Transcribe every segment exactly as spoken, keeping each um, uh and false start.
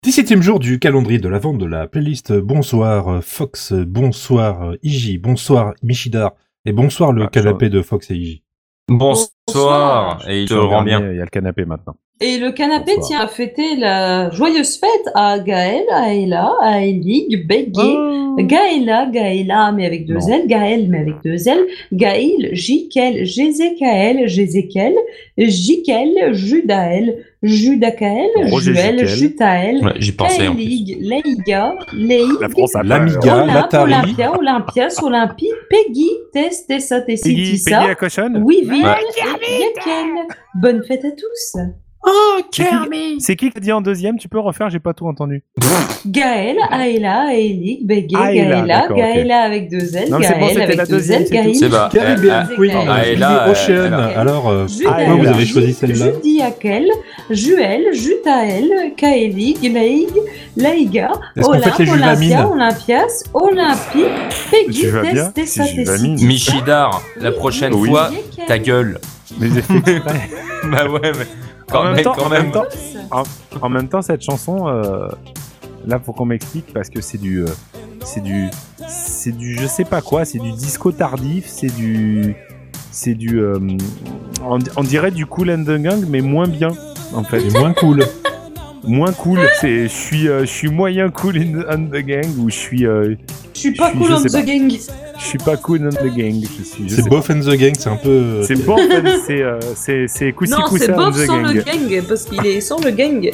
dix-septième jour du calendrier de la vente de la playlist. Bonsoir Fox, bonsoir Iji, bonsoir Michidar et bonsoir le ah, canapé de Fox et Iji. Bonsoir, bonsoir. Et il te le rend bien. Il y a le canapé maintenant. Et le canapé bonsoir. Tient à fêter la joyeuse fête à Gaël, à Ella, à Elig, Bégué, oh. Gaëla, Gaëla, mais avec deux non. L, Gaël, mais avec deux L, Gaïl, Jikel, Jézékaël, Jézékel, Jikel, Judaël, Judakaël, Juel, Jutaël, ouais, Kaëlig, Leiga, Leïg, Lamiga, Latari, Olympia, Olympias, Olympi, Peggy, Tess, Tessa, Tessie, Tissa, Peggy la cochonne, Weaving et Yakel. Bonne fête à tous. Oh, Kermit! C'est qui qui a dit en deuxième? Tu peux refaire, j'ai pas tout entendu. Gaël, Aëla, Aélique, Bégué, Gaëla, Gaëla avec deux L, non, Gaël bon, avec la deux L, Gaël, c'est bah, Caribbean Queen, Aëla, Ocean. Alors, euh, pourquoi vous avez choisi celle-là? Judiakel, Juel, Jutaël, Kaélig, Laïg, Laïga, Olympe, Olympia, Olympias, Olympi, Peggy, Tess, Tessa, Tessie, Michidar, la prochaine fois, ta gueule. Mais j'ai fait exprès. Bah ouais, mais... Quand en, même, même temps, quand en, même. même temps, en, en même temps, cette chanson, euh, là, faut qu'on m'explique parce que c'est du, euh, c'est du, c'est du, je sais pas quoi, c'est du disco tardif, c'est du, c'est du, euh, on, on dirait du Kool and the Gang, mais moins bien, en fait. Et moins cool. Moins cool. C'est, je suis, euh, je suis moyen Kool and the Gang ou je suis. Euh, je suis pas Kool and the Gang. Je suis pas Kool and the Gang. Je suis. Je c'est Bof and the Gang, c'est un peu. C'est Bof and c'est euh, c'est c'est Koussi Non, Koussa c'est Bof and the sans gang. le gang parce qu'il est sans le gang.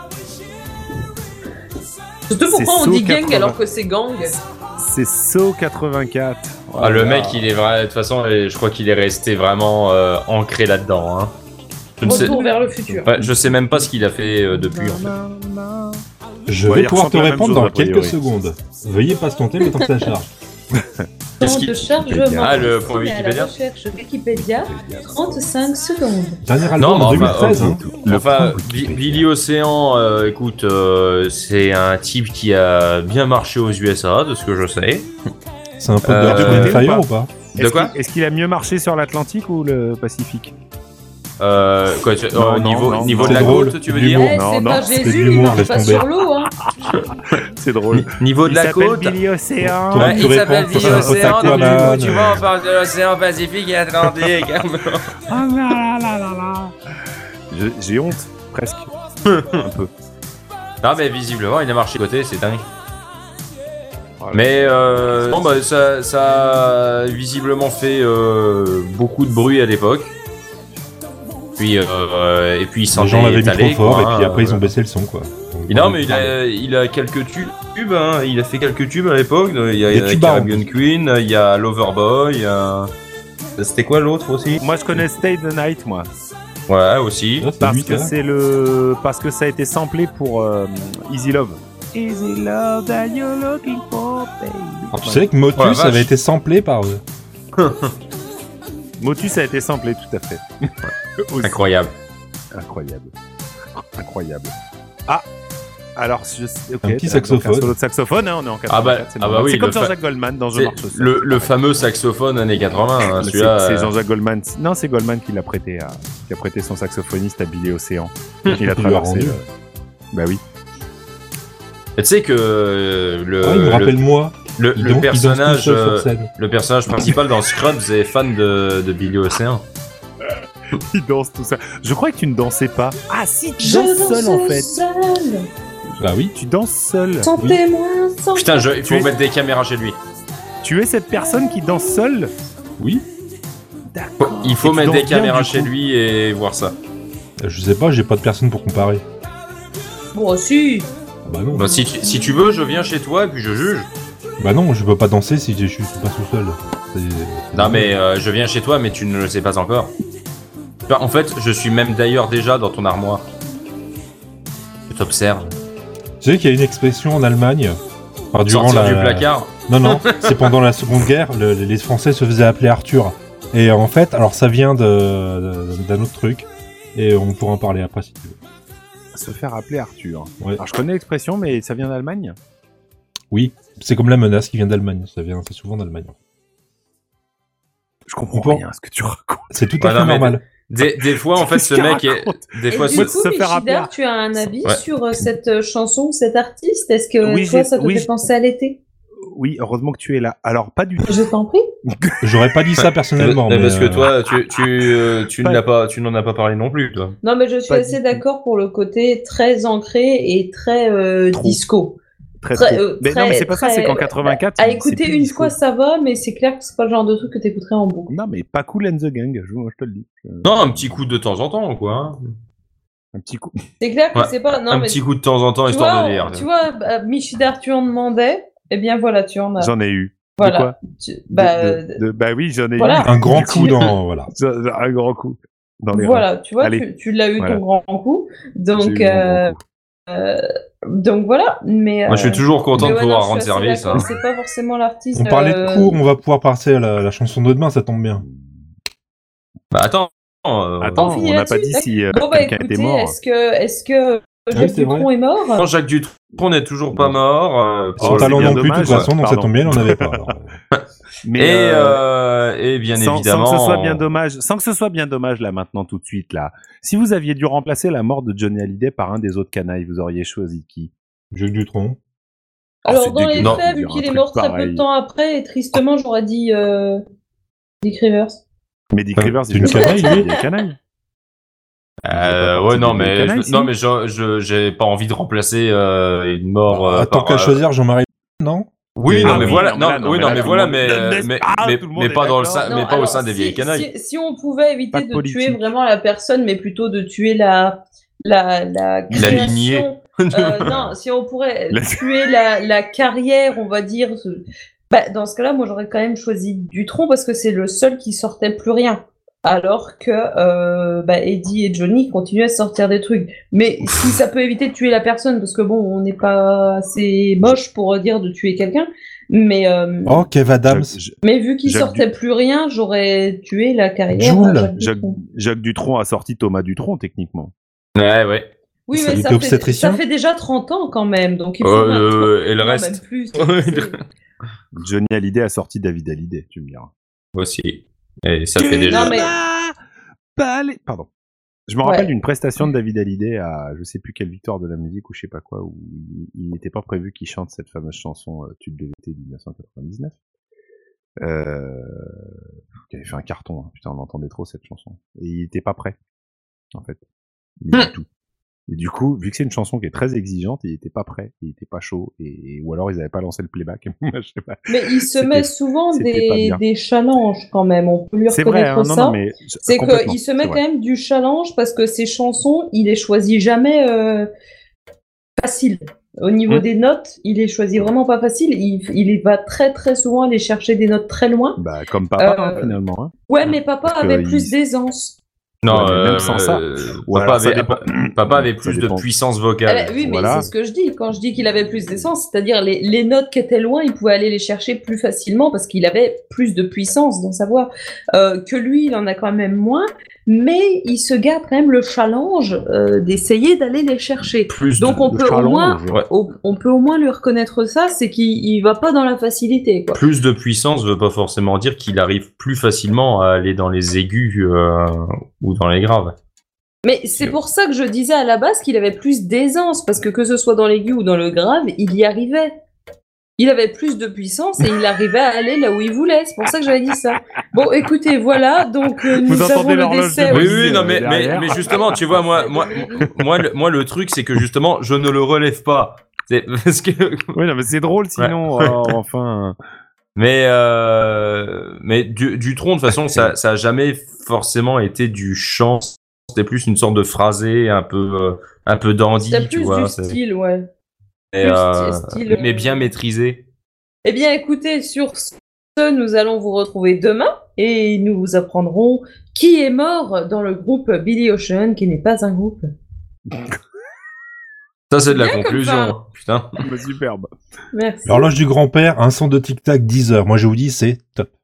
Surtout pourquoi on dit gang quatre-vingts alors que c'est gang. C'est So quatre-vingt-quatre. Ah, le mec, il est vrai. De toute façon, je crois qu'il est resté vraiment euh, ancré là-dedans. Hein. Je Retour sais... vers le futur. Ouais, je sais même pas ce qu'il a fait euh, depuis. En fait. Je vais pouvoir te répondre dans quelques secondes. Veuillez patienter le temps que ça charge. Temps de chargement. Ah, le point Wikipédia. Recherche Wikipédia, trente-cinq secondes. Dernier album en deux mille treize. Enfin, hein. enfin Billy Ocean, euh, écoute, euh, c'est un type qui a bien marché aux U S A, de ce que je sais. C'est un peu de euh, Fire ou pas? De quoi? Est-ce qu'il a mieux marché sur l'Atlantique ou le Pacifique? Euh, quoi, tu, non, euh, non, niveau, non, niveau non, de la drôle, côte, tu veux dire? Eh, non, c'est non, pas c'est Jésus, il marche pas sur l'eau, hein. C'est drôle. Ni, niveau de il la côte. Billy Océan. Ouais, il s'appelle Billy Océan, donc du coup, tu vois, on parle de l'océan Pacifique et Atlantique. Oh là là là là. Je, j'ai honte, presque. Un peu. Non, mais visiblement, il a marché côté, c'est dingue. Voilà. Mais euh, bon, bah, ça, ça a visiblement fait euh, beaucoup de bruit à l'époque. Puis, euh, et puis il s'en les gens l'avaient mis allé, trop fort, quoi, et puis après euh, ils ont baissé le son, quoi. Donc, non, mais il a, il a quelques tubes, hein. Il a fait quelques tubes à l'époque. Il y a, il y a Caribbean Queen, il y a Loverboy, il y a... C'était quoi l'autre aussi? Moi je connais Stay the Night, moi. Ouais, aussi. Ah, parce lui, que c'est le, parce que ça a été samplé pour euh, Easy Love. Easy Love that you're looking for, baby. Alors, tu savais que Motus oh, avait été samplé par eux. Motus a été samplé, tout à fait. Incroyable. Incroyable. Incroyable. Ah, alors, je sais, okay, un petit saxophone. Un solo de saxophone, hein, on est en quatre-vingt-quatre. Ah bah, c'est, ah bah oui, c'est comme fa... Jean-Jacques Goldman dans Je marche au sol. Le, le fameux saxophone années quatre-vingts, hein, c'est, celui-là. C'est euh... Jean-Jacques Goldman. Non, c'est Goldman qui l'a prêté à, qui a prêté son saxophoniste à Billy Océan. Il a traversé. Le... Bah oui. Et tu sais que euh, le. Ah, il me rappelle moi. Le, le donc, personnage, euh, le personnage principal dans Scrubs est fan de, de Billy Océan. Il danse tout ça. Je crois que tu ne dansais pas. Ah si, tu danses seul en fait. Seul. Bah oui, tu danses seul. Sentez-moi, oui. sentez-moi. Putain, je, il faut tu mettre es... des caméras chez lui. Tu es cette personne qui danse seule? Oui. D'accord. Il faut et mettre des caméras bien, chez lui et voir ça. Je sais pas, j'ai pas de personne pour comparer. Bon, si. Bah non. Bah, si, tu, si tu veux, je viens chez toi et puis je juge. Bah non, je peux pas danser si je suis pas tout seul. C'est... Non mais euh, je viens chez toi mais tu ne le sais pas encore. En fait, je suis même d'ailleurs déjà dans ton armoire. Je t'observe. Tu sais qu'il y a une expression en Allemagne, enfin, durant Sortir la... du placard. Non, non, c'est pendant la Seconde Guerre, le, les Français se faisaient appeler Arthur. Et en fait, alors ça vient de, de, d'un autre truc, et on pourra en parler après si tu veux. Se faire appeler Arthur. Ouais. Alors je connais l'expression, mais ça vient d'Allemagne? Oui, c'est comme la menace qui vient d'Allemagne, ça vient, c'est souvent d'Allemagne. Je comprends on rien à ce que tu racontes. C'est tout à ouais, fait non, normal. des, des fois, en fait, Qu'est-ce ce qu'il mec est. raconte Des Et fois, du ce... coup, se faire appeler. Michidar, tu as un avis Ouais. sur euh, cette euh, chanson, cet artiste? Est-ce que Oui, toi, j'ai- ça te oui, fait j'ai- penser à l'été? Oui, heureusement que tu es là. Alors, pas du tout. Je t'en prie. J'aurais pas dit ça personnellement, mais mais, parce que euh, toi, tu, tu, euh, tu Pas- n'as pas, tu n'en as pas parlé non plus, toi. Non, mais je suis Pas assez du d'accord pour le côté très ancré et très euh, Trop. disco. Très, Très, trop. euh, mais non, très- mais c'est pas ça, très- c'est qu'en quatre-vingt-quatre. À c'est écouter plus une disco. fois, ça va, mais c'est clair que c'est pas le genre de truc que t'écouterais en boucle. Non, mais pas Cool and the Gang, je, moi, je te le dis. Euh, Non, un petit coup de temps en temps, quoi. hein. Un petit coup. C'est clair que Ouais, c'est pas. Non, un mais petit coup de temps en temps, tu histoire vois, de lire. tu vois, bah, Michidar, tu en demandais. Eh bien, voilà, tu en as. J'en ai eu. Voilà. De quoi Tu- De- bah, de- euh, de- Bah oui, j'en ai Voilà. eu. un grand Du coup dans, voilà. Un grand coup. Dans les reins. voilà, tu vois, Allez. tu, tu l'as eu Voilà. ton grand coup. J'ai Donc, eu mon euh, grand coup. euh, donc voilà. Mais, Moi, je suis euh, toujours content mais de ouais, pouvoir non, je rendre suis assez service. d'accord, hein. C'est pas forcément l'artiste. On parlait euh, de cours, on va pouvoir passer à la, la chanson de demain, ça tombe bien. Bah, attends. euh, Attends, finit on n'a là-dessus. pas dit si euh, Bon, bah quelqu'un était écoutez, mort. est-ce que, est-ce que Jacques c'est vrai. Dutronc est mort? Non, Jacques Dutronc n'est toujours pas mort. euh, Son pour- talent bien non plus, de toute dommage. façon, donc ça Pardon. tombe bien, il en avait pas. alors. Mais, Et, euh, euh, et bien sans, évidemment. sans que ce soit bien dommage, sans que ce soit bien dommage là maintenant tout de suite là. Si vous aviez dû remplacer la mort de Johnny Hallyday par un des autres canailles, vous auriez choisi qui? Jacques Dutronc. Alors, c'est dans les dégueulasse faits, de vu dire un qu'il est truc mort très peu pareil. de temps après, et tristement, j'aurais dit euh, Dick Rivers. Mais Dick Ouais, Rivers, c'est il une est pas canaille, parti lui. des canailles. Euh, Il fait pas ouais, partie non, des mais, canailles, je- si. non, mais je, je, j'ai pas envie de remplacer euh, une mort. euh, Ah, tant par, qu'à euh, choisir, Jean-Marie, non? Oui, Ah non, mais oui, voilà, non, mais non, là, non, oui, mais non, là, mais tout voilà, le mais, monde- euh, laisse- mais, ah, mais, tout le monde mais est pas dans le d'accord. sein, Non, mais pas alors, au sein des si- vieilles canailles. Si, si on pouvait éviter Pas de de, tuer politique. vraiment la personne, mais plutôt de tuer la la la, La lignée. création, euh, non, si on pourrait La- tuer la, la carrière, on va dire. ce- Bah, dans ce cas-là, moi j'aurais quand même choisi Dutronc parce que c'est le seul qui sortait plus rien. Alors que euh, bah, Eddie et Johnny continuaient à sortir des trucs. Mais si ça peut éviter de tuer la personne, parce que bon, on n'est pas assez moche pour dire de tuer quelqu'un, mais, euh, Oh, Kev Adams. Jacques, J- mais vu qu'il Jacques sortait plus rien, j'aurais tué la carrière Joule. à Jacques Jacques, Dutronc. Jacques Dutronc a sorti Thomas Dutronc techniquement. Ouais, ouais. Oui, Ça, mais il ça était fait, obstétricien ça fait déjà trente ans quand même, donc il faut Euh, maintenant- euh, et le Non, reste même plus. Ouais, c'est- le- Johnny Hallyday a sorti David Hallyday, tu me diras. aussi. Et ça fait déjà. Non, mais- Pas aller- Pardon. Je me Ouais. rappelle d'une prestation de David Hallyday à je sais plus quelle victoire de la musique ou je sais pas quoi, où il- il n'était pas prévu qu'il chante cette fameuse chanson euh, tube de l'été de mille neuf cent quatre-vingt-dix-neuf. Euh... Qui avait fait un carton, hein. Putain, on entendait trop cette chanson. Et il était pas prêt, en fait. Mais du tout. Et du coup, vu que c'est une chanson qui est très exigeante, il était pas prêt, il était pas chaud, et ou alors ils avaient pas lancé le playback. je sais pas. Mais il se C'était- met souvent c'était pas des, bien. des challenges quand même, on peut lui C'est vrai, reconnaître hein, non, ça. non, mais C'est complètement, qu'il se c'est met vrai. quand même du challenge parce que ses chansons, il les choisit jamais euh, facile. Au niveau Mmh. des notes, il les choisit vraiment pas facile. Il, il va très très souvent aller chercher des notes très loin. Bah, comme papa, Euh, hein, finalement. Hein. Ouais, mais papa Parce que avait il- plus d'aisance. Non, Ouais, mais même euh, sans ça. euh, Ou papa, alors ça avait, dépend. papa avait Ça plus de dépend. puissance Ah vocale. bah oui, mais Voilà. c'est ce que je dis. Quand je dis qu'il avait plus d'essence, c'est-à-dire les, les notes qui étaient loin, il pouvait aller les chercher plus facilement parce qu'il avait plus de puissance dans sa voix. Euh, que lui, il en a quand même moins, mais il se garde quand même le challenge euh, d'essayer d'aller les chercher. Plus Donc de, on Le peut au challenge, moins, ouais. au- on peut au moins lui reconnaître ça, c'est qu'il il va pas dans la facilité, quoi. plus de puissance veut pas forcément dire qu'il arrive plus facilement à aller dans les aigus euh, ou dans les graves. Mais c'est pour ça que je disais à la base qu'il avait plus d'aisance, parce que que ce soit dans l'aigu ou dans le grave, il y arrivait. Il avait plus de puissance et il arrivait à aller là où il voulait. C'est pour ça que j'avais dit ça. Bon, écoutez, voilà, donc euh, nous Vous avons entendez le l'horloge décès. de Oui, Moïse, oui, non, euh, mais, mais, derrière. mais justement, tu vois, moi, moi, moi, le, moi, le truc, c'est que justement, je ne le relève pas. C'est parce que, Oui, non, mais c'est drôle sinon. Ouais. Oh, enfin. mais, euh, mais du, du tronc, de toute façon, ça, ça a jamais forcément été du chant. C'était plus une sorte de phrasé, un peu, euh, un peu dandy, C'était tu plus vois. du c'est- style, ouais. et, plus euh, style- mais bien maîtrisé. Eh bien, écoutez, sur ce, nous allons vous retrouver demain et nous vous apprendrons qui est mort dans le groupe Billy Ocean, qui n'est pas un groupe. Ça, c'est de la Bien comme conclusion. fin. Putain. Bah, superbe. Merci. L'horloge du grand-père, un son de tic-tac, dix heures. Moi, je vous dis, c'est top.